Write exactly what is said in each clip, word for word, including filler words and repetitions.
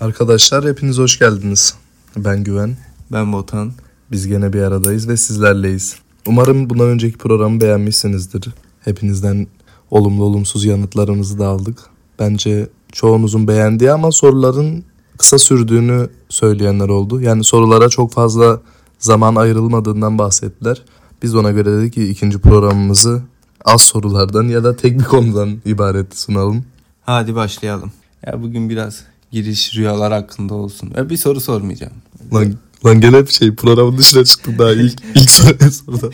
Arkadaşlar hepiniz hoş geldiniz. Ben Güven. Ben Botan. Biz gene bir aradayız ve sizlerleyiz. Umarım bundan önceki programı beğenmişsinizdir. Hepinizden olumlu olumsuz yanıtlarımızı da aldık. Bence çoğunuzun beğendiği ama soruların kısa sürdüğünü söyleyenler oldu. Yani sorulara çok fazla zaman ayrılmadığından bahsettiler. Biz ona göre dedik ki ikinci programımızı az sorulardan ya da tek bir konudan ibaret sunalım. Hadi başlayalım. Ya bugün biraz giriş rüyalar hakkında olsun. Ve bir soru sormayacağım. Lan, lan gene bir şey programın dışına çıktım daha ilk, ilk soruya soruda.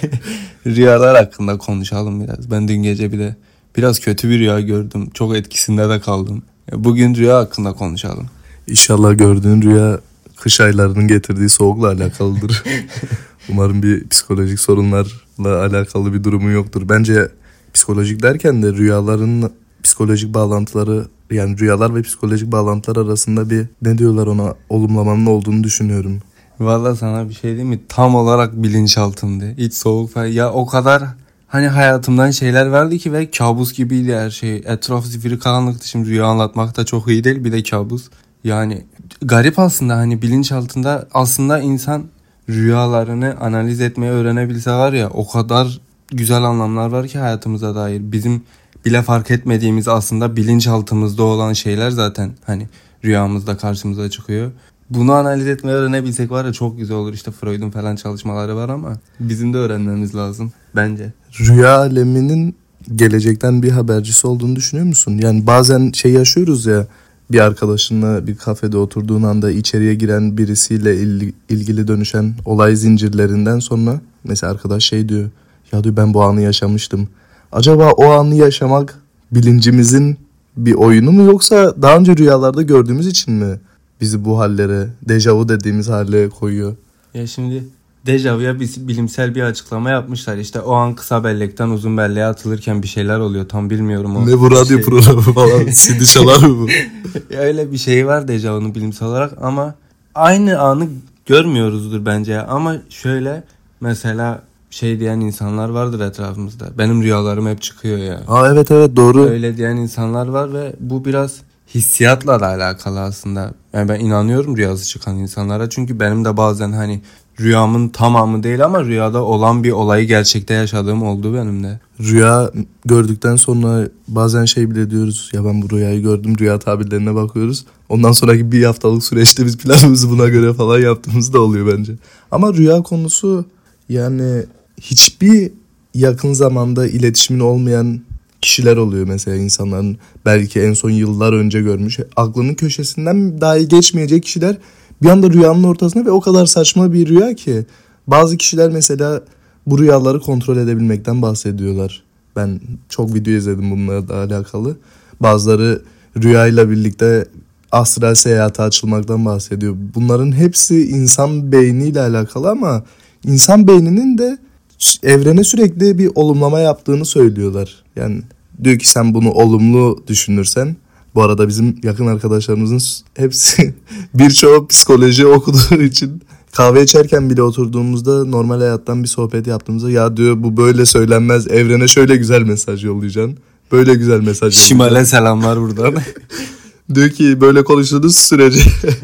Rüyalar hakkında konuşalım biraz. Ben dün gece bir de biraz kötü bir rüya gördüm. Çok etkisinde de kaldım. Ya bugün rüya hakkında konuşalım. İnşallah gördüğün rüya kış aylarının getirdiği soğukla alakalıdır. Umarım bir psikolojik sorunlarla alakalı bir durumun yoktur. Bence psikolojik derken de rüyaların psikolojik bağlantıları, yani rüyalar ve psikolojik bağlantılar arasında bir ne diyorlar ona, olumlamanın olduğunu düşünüyorum. Vallahi sana bir şey diyeyim mi? Tam olarak bilinçaltımdı. Hiç soğuk falan. Ya o kadar hani hayatımdan şeyler verdi ki ve kabus gibiydi her şey. Etraf zifiri karanlıktı. Şimdi rüya anlatmak da çok iyi değil, bir de kabus. Yani garip aslında, hani bilinçaltında aslında insan rüyalarını analiz etmeyi öğrenebilse var ya, o kadar güzel anlamlar var ki hayatımıza dair. Bizim bile fark etmediğimiz aslında bilinçaltımızda olan şeyler zaten hani rüyamızda karşımıza çıkıyor. Bunu analiz etmeyi öğrenebilsek var ya, çok güzel olur. İşte Freud'un falan çalışmaları var ama bizim de öğrenmemiz lazım bence. Rüya aleminin gelecekten bir habercisi olduğunu düşünüyor musun? Yani bazen şey yaşıyoruz ya, bir arkadaşınla bir kafede oturduğun anda içeriye giren birisiyle il- ilgili dönüşen olay zincirlerinden sonra mesela arkadaş şey diyor, ya diyor ben bu anı yaşamıştım. Acaba o anı yaşamak bilincimizin bir oyunu mu, yoksa daha önce rüyalarda gördüğümüz için mi bizi bu hallere, dejavu dediğimiz hale koyuyor? Ya şimdi dejavuya bir bilimsel bir açıklama yapmışlar. İşte o an kısa bellekten uzun belleğe atılırken bir şeyler oluyor. Tam bilmiyorum. O ne bu radyo şey... programı falan? C D çalar mı bu? Öyle bir şey var dejavunun bilimsel olarak ama aynı anı görmüyoruzdur bence. Ama şöyle mesela şey diyen insanlar vardır etrafımızda. Benim rüyalarım hep çıkıyor ya. Aa evet evet doğru. Öyle diyen insanlar var ve bu biraz hissiyatla da alakalı aslında. Yani ben inanıyorum rüyası çıkan insanlara. Çünkü benim de bazen hani rüyamın tamamı değil ama rüyada olan bir olayı gerçekte yaşadığım oldu benim de. Rüya gördükten sonra bazen şey bile diyoruz. Ya ben bu rüyayı gördüm, rüya tabirlerine bakıyoruz. Ondan sonraki bir haftalık süreçte biz planımızı buna göre falan yaptığımız da oluyor bence. Ama rüya konusu, yani hiçbir yakın zamanda iletişimin olmayan kişiler oluyor mesela, insanların belki en son yıllar önce görmüş, aklının köşesinden dahi geçmeyecek kişiler bir anda rüyanın ortasında ve o kadar saçma bir rüya ki bazı kişiler mesela bu rüyaları kontrol edebilmekten bahsediyorlar. Ben çok video izledim bunlarla da alakalı. Bazıları rüyayla birlikte astral seyahate açılmaktan bahsediyor. Bunların hepsi insan beyniyle alakalı ama insan beyninin de evrene sürekli bir olumlama yaptığını söylüyorlar. Yani diyor ki sen bunu olumlu düşünürsen, bu arada bizim yakın arkadaşlarımızın hepsi birçoğu psikoloji okuduğu için kahve içerken bile oturduğumuzda normal hayattan bir sohbet yaptığımızda ya diyor bu böyle söylenmez, evrene şöyle güzel mesaj yollayacaksın. Böyle güzel mesaj yollayacaksın. Şimale selamlar buradan. Diyor ki böyle konuştuğunuz sürece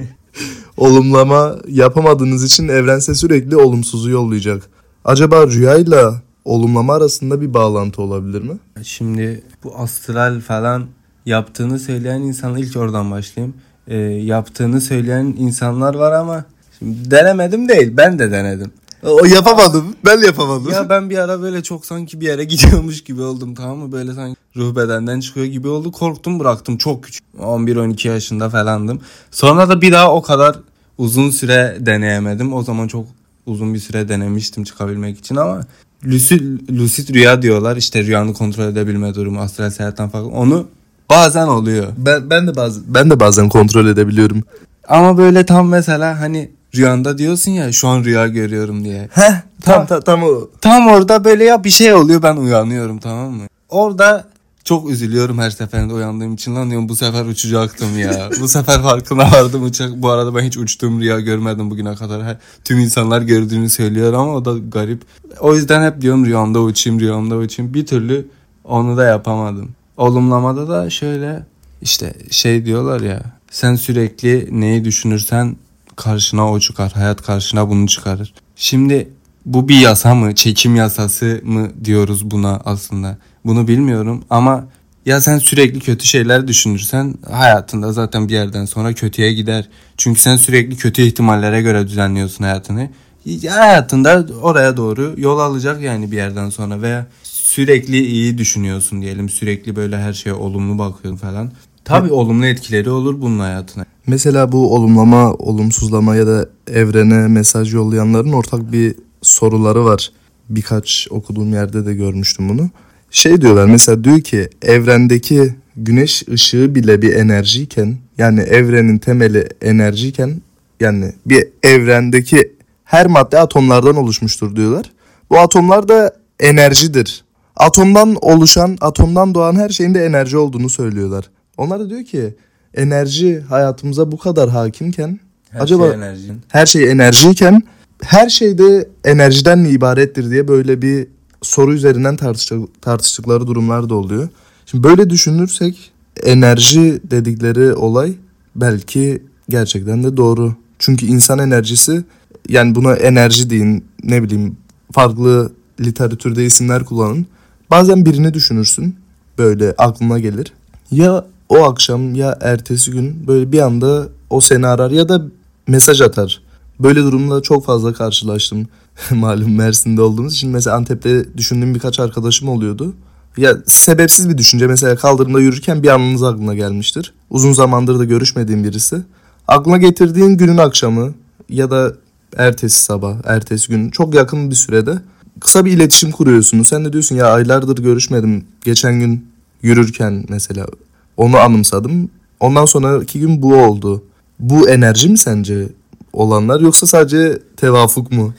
olumlama yapamadığınız için evren size sürekli olumsuzu yollayacak. Acaba rüyayla olumlama arasında bir bağlantı olabilir mi? Şimdi bu astral falan yaptığını söyleyen insanlar, ilk oradan başlayayım. E, yaptığını söyleyen insanlar var ama şimdi denemedim değil, ben de denedim. O yapamadım, ben yapamadım. Ya ben bir ara böyle çok sanki bir yere gidiyormuş gibi oldum, tamam mı? Böyle sanki ruh bedenden çıkıyor gibi oldu. Korktum, bıraktım, çok küçük. on bir on iki yaşında falandım. Sonra da bir daha o kadar uzun süre deneyemedim. O zaman çok uzun bir süre denemiştim çıkabilmek için ama lucid, lucid rüya diyorlar. İşte rüyanı kontrol edebilme durumu, astral seyahatten falan. Onu bazen oluyor. Ben ben de bazen ben de bazen kontrol edebiliyorum. Ama böyle tam mesela hani rüyanda diyorsun ya şu an rüya görüyorum diye. Heh, tam tam tam o. Tam orada böyle ya bir şey oluyor, ben uyanıyorum, tamam mı? Orada çok üzülüyorum her seferinde uyandığım için. Lan diyorum bu sefer uçacaktım ya. Bu sefer farkına vardım uçak. Bu arada ben hiç uçtuğum rüya görmedim bugüne kadar. Her, tüm insanlar gördüğünü söylüyor ama o da garip. O yüzden hep diyorum rüyamda uçayım, rüyamda uçayım. Bir türlü onu da yapamadım. Olumlamada da şöyle işte şey diyorlar ya, Sen sürekli neyi düşünürsen karşına o çıkar. Hayat karşına bunu çıkarır. Şimdi bu bir yasa mı? Çekim yasası mı diyoruz buna aslında? Bunu bilmiyorum ama ya sen sürekli kötü şeyler düşünürsen hayatında zaten bir yerden sonra kötüye gider. Çünkü sen sürekli kötü ihtimallere göre düzenliyorsun hayatını. Hayatında oraya doğru yol alacak yani bir yerden sonra veya sürekli iyi düşünüyorsun diyelim. Sürekli böyle her şeye olumlu bakıyorsun falan. Tabii olumlu etkileri olur bunun hayatına. Mesela bu olumlama, olumsuzlama ya da evrene mesaj yollayanların ortak bir soruları var. Birkaç okuduğum yerde de görmüştüm bunu. Şey diyorlar mesela, diyor ki evrendeki güneş ışığı bile bir enerjiyken, yani evrenin temeli enerjiyken, yani bir evrendeki her madde atomlardan oluşmuştur diyorlar. Bu atomlar da enerjidir. Atomdan oluşan, atomdan doğan her şeyin de enerji olduğunu söylüyorlar. Onlar da diyor ki enerji hayatımıza bu kadar hakimken, Her acaba şey enerji. her şey enerjiyken her şey de enerjiden mi ibarettir diye böyle bir soru üzerinden tartıştık, tartıştıkları durumlar da oluyor. Şimdi böyle düşünürsek enerji dedikleri olay belki gerçekten de doğru. Çünkü insan enerjisi, yani buna enerji deyin, ne bileyim farklı literatürde isimler kullanın. Bazen birini düşünürsün, böyle aklına gelir. Ya o akşam ya ertesi gün böyle bir anda o seni arar ya da mesaj atar. Böyle durumla çok fazla karşılaştım. Malum Mersin'de olduğumuz için mesela Antep'te düşündüğüm birkaç arkadaşım oluyordu. Ya sebepsiz bir düşünce, mesela kaldırımda yürürken bir anınız aklına gelmiştir. Uzun zamandır da görüşmediğin birisi. Aklına getirdiğin günün akşamı ya da ertesi sabah, ertesi gün çok yakın bir sürede kısa bir iletişim kuruyorsunuz. Sen de diyorsun ya aylardır görüşmedim. Geçen gün yürürken mesela onu anımsadım. Ondan sonraki gün bu oldu. Bu enerji mi sence olanlar, yoksa sadece tevafuk mu?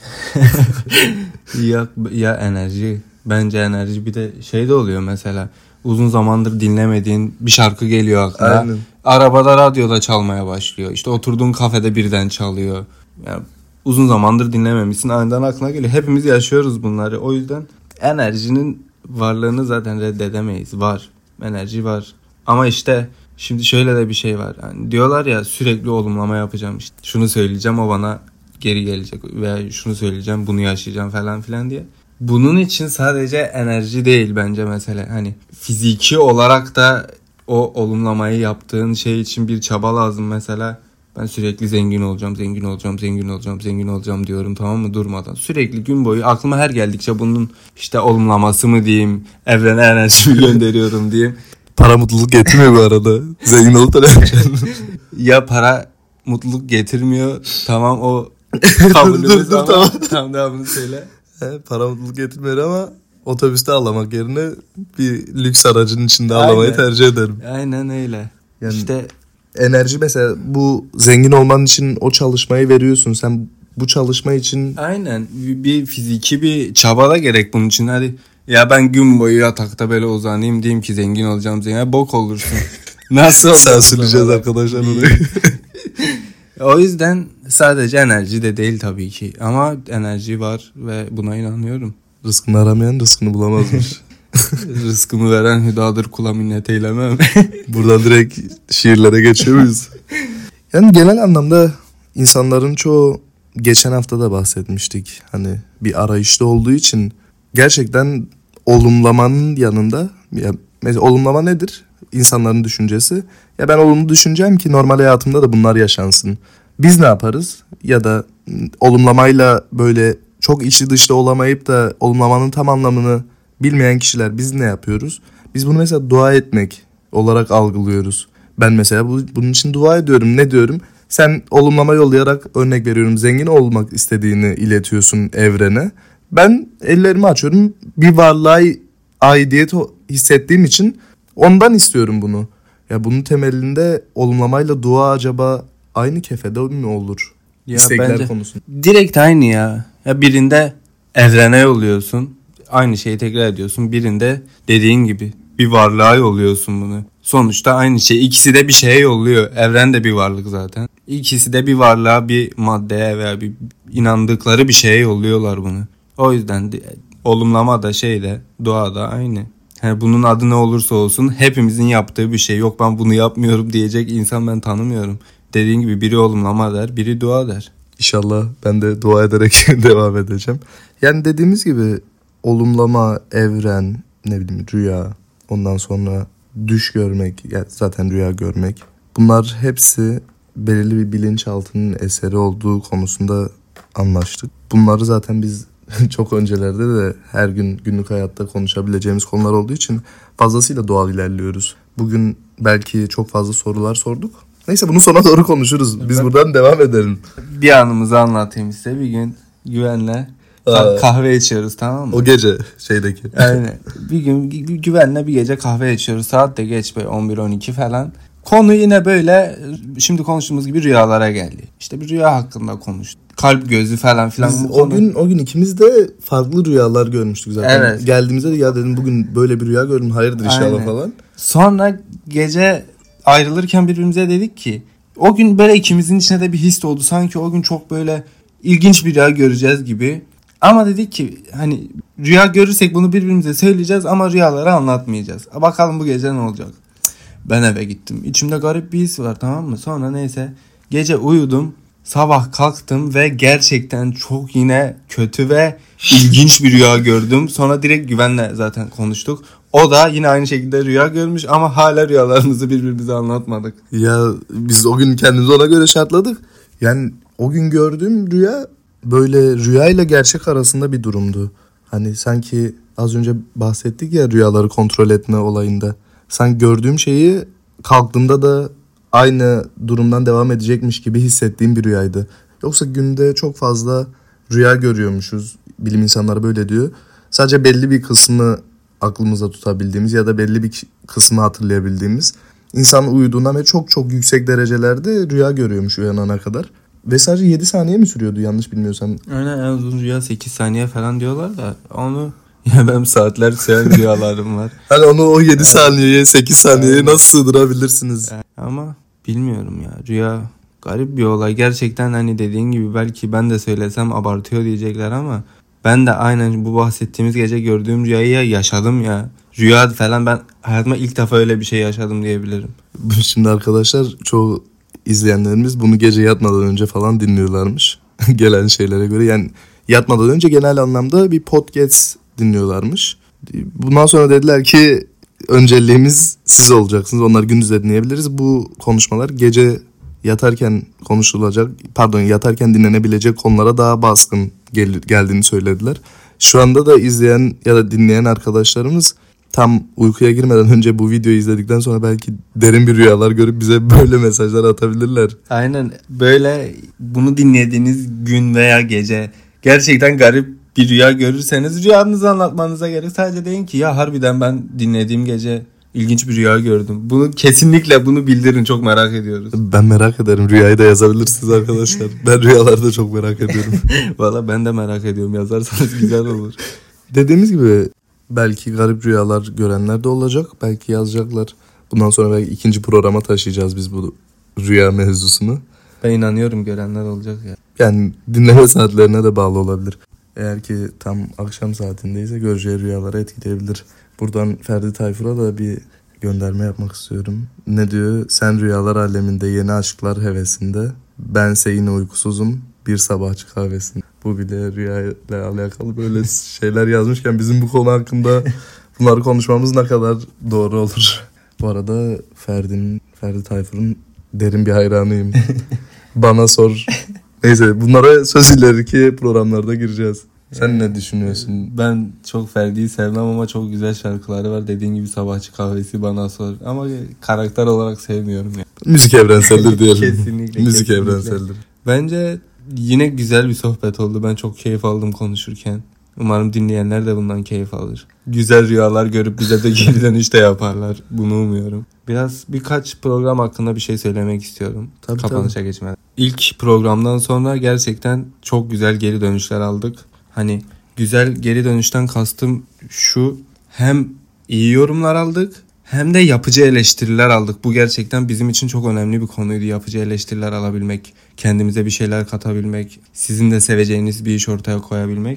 ya, ya enerji. Bence enerji. Bir de şey de oluyor mesela. Uzun zamandır dinlemediğin bir şarkı geliyor aklına. Aynen. Arabada, radyoda çalmaya başlıyor. İşte oturduğun kafede birden çalıyor. Yani uzun zamandır dinlememişsin, aniden aklına geliyor. Hepimiz yaşıyoruz bunları. O yüzden enerjinin varlığını zaten reddedemeyiz. Var. Enerji var. Ama işte şimdi şöyle de bir şey var. Yani diyorlar ya sürekli olumlama yapacağım. İşte şunu söyleyeceğim, o bana geri gelecek. Veya şunu söyleyeceğim, bunu yaşayacağım falan filan diye. Bunun için sadece enerji değil bence mesele. Hani fiziki olarak da o olumlamayı yaptığın şey için bir çaba lazım mesela. Ben sürekli zengin olacağım, zengin olacağım, zengin olacağım, zengin olacağım diyorum, tamam mı, durmadan. Sürekli gün boyu aklıma her geldikçe bunun işte olumlaması mı diyeyim, evrene enerjimi gönderiyorum diyeyim. Para mutluluk getirmiyor bu arada. Zengin olup da ne yapacaksın? Ya para mutluluk getirmiyor, tamam o kabulümüz dur, dur, ama tamam. tam devamını söyle. He, para mutluluk getirmiyor ama otobüste ağlamak yerine bir lüks aracın içinde Aynen. ağlamayı tercih ederim. Aynen öyle. Yani işte enerji mesela, bu zengin olman için o çalışmayı veriyorsun. Sen bu çalışma için... aynen bir, bir fiziki bir çaba da gerek bunun için. Hadi ya ben gün boyu yatakta böyle uzanayım diyeyim ki zengin olacağım, zengin. Ya bok olursun. Nasıl olur? Sansürleyeceğiz arkadaşlar onu. O yüzden sadece enerji de değil tabii ki. Ama enerji var ve buna inanıyorum. Rızkını aramayan rızkını bulamazmış. Rızkımı veren hüdadır, kula minnet eylemem. Buradan direkt şiirlere geçiyor muyuz? Yani genel anlamda insanların çoğu, geçen hafta da bahsetmiştik, hani bir arayışta olduğu için gerçekten olumlamanın yanında, ya mesela olumlama nedir? İnsanların düşüncesi. Ya ben olumlu düşüneceğim ki normal hayatımda da bunlar yaşansın. Biz ne yaparız? Ya da olumlamayla böyle çok içli dışlı olamayıp da olumlamanın tam anlamını bilmeyen kişiler biz ne yapıyoruz? Biz bunu mesela dua etmek olarak algılıyoruz. Ben mesela bu, bunun için dua ediyorum. Ne diyorum? Sen olumlama yollayarak, örnek veriyorum, zengin olmak istediğini iletiyorsun evrene. Ben ellerimi açıyorum. Bir varlığa aidiyet hissettiğim için ondan istiyorum bunu. Ya bunun temelinde olumlamayla dua acaba aynı kefede mi olur? Ya İstekler bence konusu. direkt aynı ya. Ya birinde evrene yolluyorsun, aynı şeyi tekrar ediyorsun. Birinde dediğin gibi bir varlığa yolluyorsun bunu. Sonuçta aynı şey. İkisi de bir şeye yolluyor. Evren de bir varlık zaten. İkisi de bir varlığa, bir maddeye veya bir inandıkları bir şeye yolluyorlar bunu. O yüzden de, olumlama da şey de, dua da aynı. Yani bunun adı ne olursa olsun hepimizin yaptığı bir şey. Yok ben bunu yapmıyorum diyecek insan ben tanımıyorum. Dediğin gibi biri olumlama der, biri dua der. İnşallah ben de dua ederek devam edeceğim. Yani dediğimiz gibi olumlama, evren, ne bileyim rüya, ondan sonra düş görmek, yani zaten rüya görmek. Bunlar hepsi belirli bir bilinçaltının eseri olduğu konusunda anlaştık. Bunları zaten biz çok öncelerde de her gün günlük hayatta konuşabileceğimiz konular olduğu için fazlasıyla doğal ilerliyoruz. Bugün belki çok fazla sorular sorduk. Neyse bunu sona doğru konuşuruz. Biz buradan devam edelim. Bir anımızı anlatayım size. Bir gün Güven'le Aa, kahve içiyoruz, tamam mı? O gece şeydeki. Aynen. Bir gün Güven'le bir gece kahve içiyoruz. Saat de geç böyle on bir on iki falan. Konu yine böyle şimdi konuştuğumuz gibi rüyalara geldi. İşte bir rüya hakkında konuştuk. Kalp gözü falan filan. Biz bu o konu... gün o gün ikimiz de farklı rüyalar görmüştük zaten. Evet. Geldiğimizde de ya dedim bugün böyle bir rüya gördüm. Hayırdır inşallah Aynen. falan. Sonra gece ayrılırken birbirimize dedik ki o gün böyle ikimizin içine de bir his oldu. Sanki o gün çok böyle ilginç bir rüya göreceğiz gibi. Ama dedik ki hani rüya görürsek bunu birbirimize söyleyeceğiz ama rüyaları anlatmayacağız. Bakalım bu gece ne olacak? Ben eve gittim. İçimde garip bir his var, tamam mı? Sonra neyse gece uyudum. Sabah kalktım ve gerçekten çok yine kötü ve ilginç bir rüya gördüm. Sonra direkt Güven'le zaten konuştuk. O da yine aynı şekilde rüya görmüş ama hala rüyalarımızı birbirimize anlatmadık. Ya biz o gün kendimizi ona göre şartladık. Yani o gün gördüğüm rüya böyle rüyayla gerçek arasında bir durumdu. Hani sanki az önce bahsettik ya rüyaları kontrol etme olayında. Sanki gördüğüm şeyi kalktığımda da aynı durumdan devam edecekmiş gibi hissettiğim bir rüyaydı. Yoksa günde çok fazla rüya görüyormuşuz. Bilim insanları böyle diyor. Sadece belli bir kısmı aklımızda tutabildiğimiz ya da belli bir kısmı hatırlayabildiğimiz. İnsan uyuduğunda ve çok çok yüksek derecelerde rüya görüyormuş uyanana kadar. Ve sadece yedi saniye mi sürüyordu yanlış bilmiyorsam? Aynen, en uzun rüya sekiz saniye falan diyorlar da onu ya benim saatler süren rüyalarım var. Hani onu o yedi saniyeye sekiz saniyeye nasıl sığdırabilirsiniz? Ama bilmiyorum ya, rüya garip bir olay. Gerçekten hani dediğin gibi belki ben de söylesem abartıyor diyecekler ama ben de aynen bu bahsettiğimiz gece gördüğüm rüyayı yaşadım ya. Rüya falan ben hayatıma ilk defa öyle bir şey yaşadım diyebilirim. Şimdi arkadaşlar çoğu izleyenlerimiz bunu gece yatmadan önce falan dinliyorlarmış. Gelen şeylere göre yani yatmadan önce genel anlamda bir podcast dinliyorlarmış. Bundan sonra dediler ki önceliğimiz siz olacaksınız. Onları gündüz de dinleyebiliriz. Bu konuşmalar gece yatarken konuşulacak, pardon yatarken dinlenebilecek konulara daha baskın gel- geldiğini söylediler. Şu anda da izleyen ya da dinleyen arkadaşlarımız tam uykuya girmeden önce bu videoyu izledikten sonra belki derin bir rüyalar görüp bize böyle mesajlar atabilirler. Aynen, böyle bunu dinlediğiniz gün veya gece gerçekten garip bir rüya görürseniz rüyanızı anlatmanıza gerek. Sadece deyin ki ya harbiden ben dinlediğim gece ilginç bir rüya gördüm. Bunu kesinlikle bunu bildirin, çok merak ediyoruz. Ben merak ederim. Rüyayı da yazabilirsiniz arkadaşlar. Ben rüyaları da çok merak ediyorum. Valla ben de merak ediyorum, yazarsanız güzel olur. Dediğimiz gibi belki garip rüyalar görenler de olacak. Belki yazacaklar. Bundan sonra belki ikinci programa taşıyacağız biz bu rüya mevzusunu. Ben inanıyorum görenler olacak ya. Yani dinleme saatlerine de bağlı olabilir. Eğer ki tam akşam saatindeyse göreceği rüyaları etkileyebilir. Buradan Ferdi Tayfur'a da bir gönderme yapmak istiyorum. Ne diyor? Sen rüyalar aleminde, yeni aşklar hevesinde. Bense yine uykusuzum, bir sabahçı kahvesinde. Bu bile rüyayla alakalı böyle şeyler yazmışken bizim bu konu hakkında bunları konuşmamız ne kadar doğru olur. Bu arada Ferdi'nin, Ferdi Tayfur'un derin bir hayranıyım. Bana sor. Neyse bunlara söz ileriki programlarda gireceğiz. Sen ne düşünüyorsun? Ben çok Ferdi'yi sevmem ama çok güzel şarkıları var. Dediğin gibi sabahçı kahvesi bana sor. Ama karakter olarak sevmiyorum ya. Müzik evrenseldir diyelim. Kesinlikle. Müzik kesinlikle. evrenseldir. Bence yine güzel bir sohbet oldu. Ben çok keyif aldım konuşurken. Umarım dinleyenler de bundan keyif alır. Güzel rüyalar görüp bize de geri dönüş de yaparlar. Bunu umuyorum. Biraz birkaç program hakkında bir şey söylemek istiyorum. Tabii, Kapanışa tabii. geçmeden. İlk programdan sonra gerçekten çok güzel geri dönüşler aldık. Hani güzel geri dönüşten kastım şu: hem iyi yorumlar aldık hem de yapıcı eleştiriler aldık. Bu gerçekten bizim için çok önemli bir konuydu. Yapıcı eleştiriler alabilmek, kendimize bir şeyler katabilmek, sizin de seveceğiniz bir iş ortaya koyabilmek.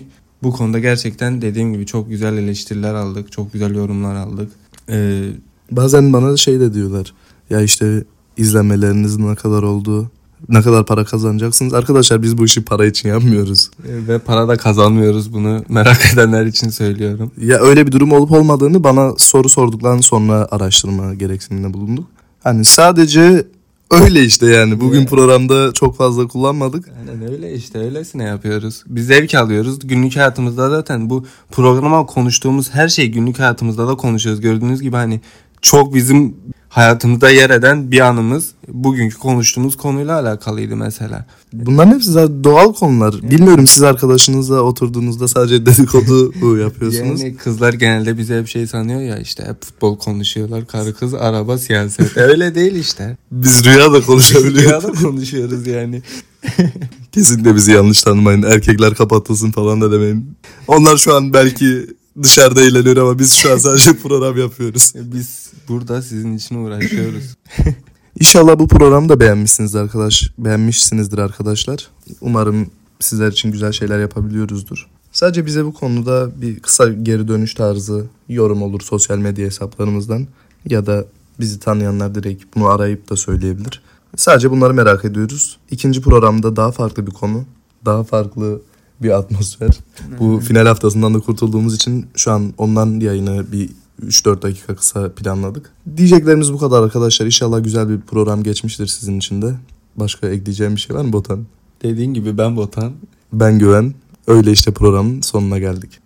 Bu konuda gerçekten dediğim gibi çok güzel eleştiriler aldık. Çok güzel yorumlar aldık. Ee, Bazen bana şey de diyorlar. Ya işte izlemeleriniz ne kadar oldu? Ne kadar para kazanacaksınız? Arkadaşlar biz bu işi para için yapmıyoruz. ve para da kazanmıyoruz, bunu merak edenler için söylüyorum. Ya öyle bir durum olup olmadığını bana soru sorduktan sonra araştırma gereksiniminde bulunduk. Hani sadece öyle işte yani. Bugün Yeah. programda çok fazla kullanmadık. Aynen öyle işte, öylesine yapıyoruz. Biz zevk alıyoruz. Günlük hayatımızda zaten bu programa konuştuğumuz her şey günlük hayatımızda da konuşuyoruz. Gördüğünüz gibi hani çok bizim hayatımızda yer eden bir anımız bugünkü konuştuğumuz konuyla alakalıydı mesela. Bunların hepsi zaten doğal konular. Bilmiyorum siz arkadaşınızla oturduğunuzda sadece dedikodu bu yapıyorsunuz. Yani kızlar genelde bize hep şey sanıyor ya, işte hep futbol konuşuyorlar. Karı kız, araba, siyaset. Öyle değil işte. Biz rüya da konuşabiliyoruz. Rüyada konuşuyoruz yani. Kesinlikle bizi yanlış tanımayın. Erkekler kapatılsın falan da demeyin. Onlar şu an belki dışarıda eğleniyor ama biz şu an sadece program yapıyoruz. Biz burada sizin için uğraşıyoruz. İnşallah bu programı da beğenmişsiniz arkadaş. Beğenmişsinizdir arkadaşlar. Umarım sizler için güzel şeyler yapabiliyoruzdur. Sadece bize bu konuda bir kısa geri dönüş tarzı yorum olur sosyal medya hesaplarımızdan. Ya da bizi tanıyanlar direkt bunu arayıp da söyleyebilir. Sadece bunları merak ediyoruz. İkinci programda daha farklı bir konu. Daha farklı bir atmosfer. Bu final haftasından da kurtulduğumuz için şu an ondan yayını bir üç dört dakika kısa planladık. Diyeceklerimiz bu kadar arkadaşlar. İnşallah güzel bir program geçmiştir sizin için de. Başka ekleyeceğim bir şey var mı Botan? Dediğin gibi ben Botan. Ben Güven. Öyle işte programın sonuna geldik.